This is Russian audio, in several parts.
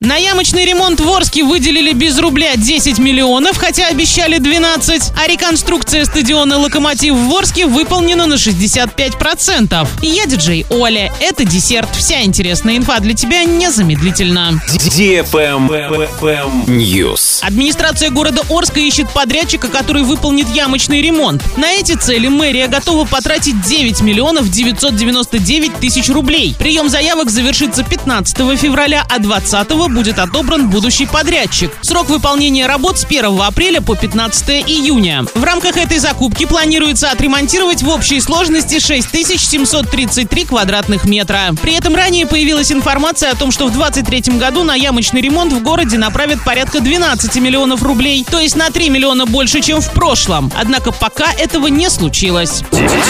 На ямочный ремонт в Орске выделили без рубля 10 миллионов, хотя обещали 12. А реконструкция стадиона «Локомотив» в Орске выполнена на 65%. И я диджей Оля. Это десерт. Вся интересная инфа для тебя незамедлительно. News. Администрация города Орска ищет подрядчика, который выполнит ямочный ремонт. На эти цели мэрия готова потратить 9 миллионов 999 тысяч рублей. Прием заявок завершится 15 февраля, а 20-го будет отобран будущий подрядчик. Срок выполнения работ с 1 апреля по 15 июня. В рамках этой закупки планируется отремонтировать в общей сложности 6733 квадратных метра. При этом ранее появилась информация о том, что в 2023 году на ямочный ремонт в городе направят порядка 12 миллионов рублей, то есть на 3 миллиона больше, чем в прошлом. Однако пока этого не случилось.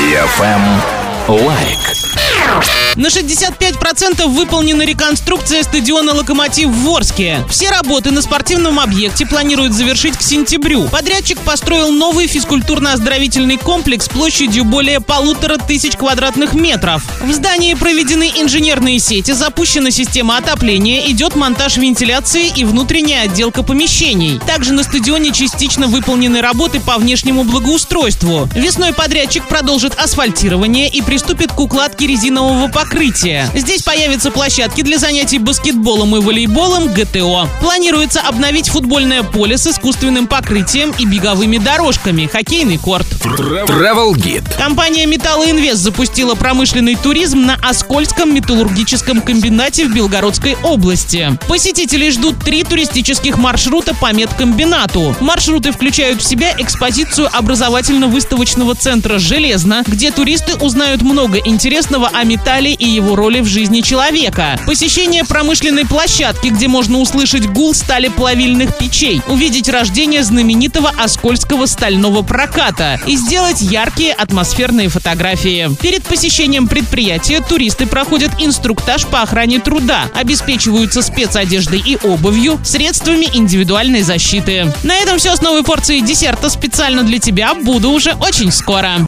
Лайк. На 65% выполнена реконструкция стадиона «Локомотив» в Орске. Все работы на спортивном объекте планируют завершить к сентябрю. Подрядчик построил новый физкультурно-оздоровительный комплекс площадью более 1500 квадратных метров. В здании проведены инженерные сети, запущена система отопления, идет монтаж вентиляции и внутренняя отделка помещений. Также на стадионе частично выполнены работы по внешнему благоустройству. Весной подрядчик продолжит асфальтирование и приступит к укладке резинового покрытия. Здесь появятся площадки для занятий баскетболом и волейболом, ГТО. Планируется обновить футбольное поле с искусственным покрытием и беговыми дорожками, хоккейный корт. Travel Guide. Компания «Металлоинвест» запустила промышленный туризм на Оскольском металлургическом комбинате в Белгородской области. Посетителей ждут 3 туристических маршрута по медкомбинату. Маршруты включают в себя экспозицию образовательно-выставочного центра «Железно», где туристы узнают много интересного о металле и его роли в жизни человека. Посещение промышленной площадки, где можно услышать гул сталеплавильных печей, увидеть рождение знаменитого Оскольского стального проката и сделать яркие атмосферные фотографии. Перед посещением предприятия туристы проходят инструктаж по охране труда, обеспечиваются спецодеждой и обувью, средствами индивидуальной защиты. На этом все с новой порцией десерта специально для тебя. Буду уже очень скоро.